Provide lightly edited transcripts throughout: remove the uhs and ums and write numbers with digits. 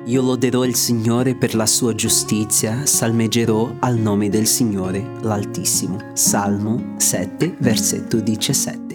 Io loderò il Signore per la sua giustizia, salmeggerò al nome del Signore l'Altissimo. Salmo 7, versetto 17.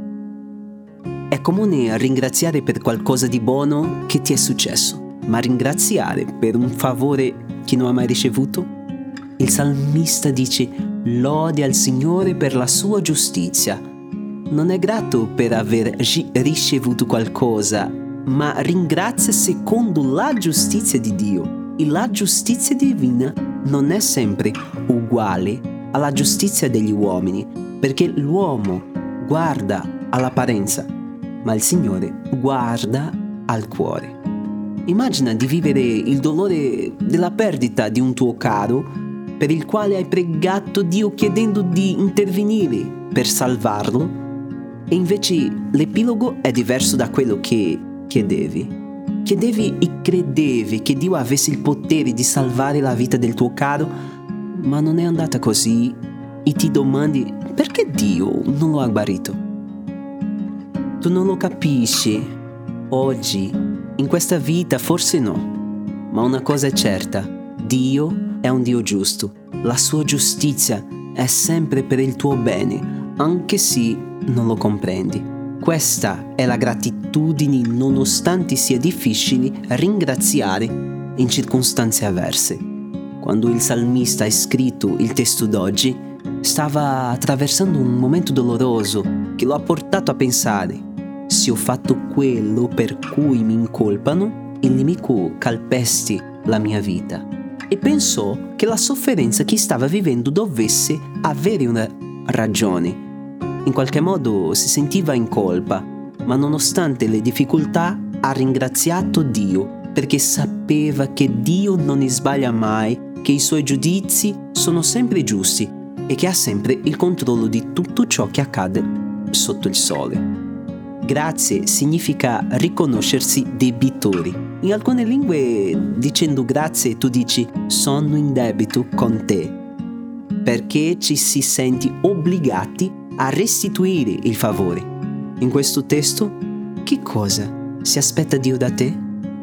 È comune ringraziare per qualcosa di buono che ti è successo, ma ringraziare per un favore che non hai mai ricevuto? Il salmista dice: lode al Signore per la sua giustizia. Non è grato per aver ricevuto qualcosa, ma ringrazia secondo la giustizia di Dio. E la giustizia divina non è sempre uguale alla giustizia degli uomini, perché l'uomo guarda all'apparenza, ma il Signore guarda al cuore. Immagina di vivere il dolore della perdita di un tuo caro, per il quale hai pregato Dio chiedendo di intervenire per salvarlo, e invece l'epilogo è diverso da quello che chiedevi e credevi che Dio avesse il potere di salvare la vita del tuo caro, ma non è andata così, e ti domandi perché Dio non lo ha guarito. Tu non lo capisci. Oggi, in questa vita, forse no, ma una cosa è certa: Dio è un Dio giusto. La sua giustizia è sempre per il tuo bene, anche se non lo comprendi. Questa è la gratitudine, nonostante sia difficile ringraziare in circostanze avverse. Quando il salmista ha scritto il testo d'oggi, stava attraversando un momento doloroso che lo ha portato a pensare: se ho fatto quello per cui mi incolpano, il nemico calpesti la mia vita. E pensò che la sofferenza che stava vivendo dovesse avere una ragione. In qualche modo si sentiva in colpa, ma nonostante le difficoltà ha ringraziato Dio, perché sapeva che Dio non sbaglia mai, che i suoi giudizi sono sempre giusti e che ha sempre il controllo di tutto ciò che accade sotto il sole. Grazie significa riconoscersi debitori. In alcune lingue, dicendo grazie, tu dici sono in debito con te, perché ci si senti obbligati a restituire il favore. In questo testo, che cosa si aspetta Dio da te?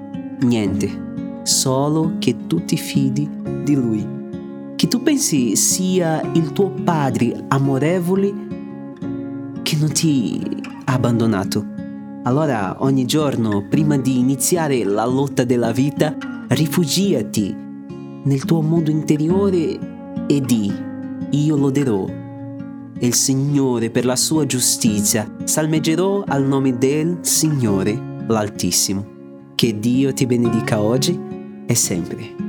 Niente, solo che tu ti fidi di Lui, che tu pensi sia il tuo Padre amorevole che non ti ha abbandonato. Allora ogni giorno, prima di iniziare la lotta della vita, rifugiati nel tuo mondo interiore e di: io loderò il Signore per la sua giustizia, salmeggerò al nome del Signore l'Altissimo. Che Dio ti benedica oggi e sempre.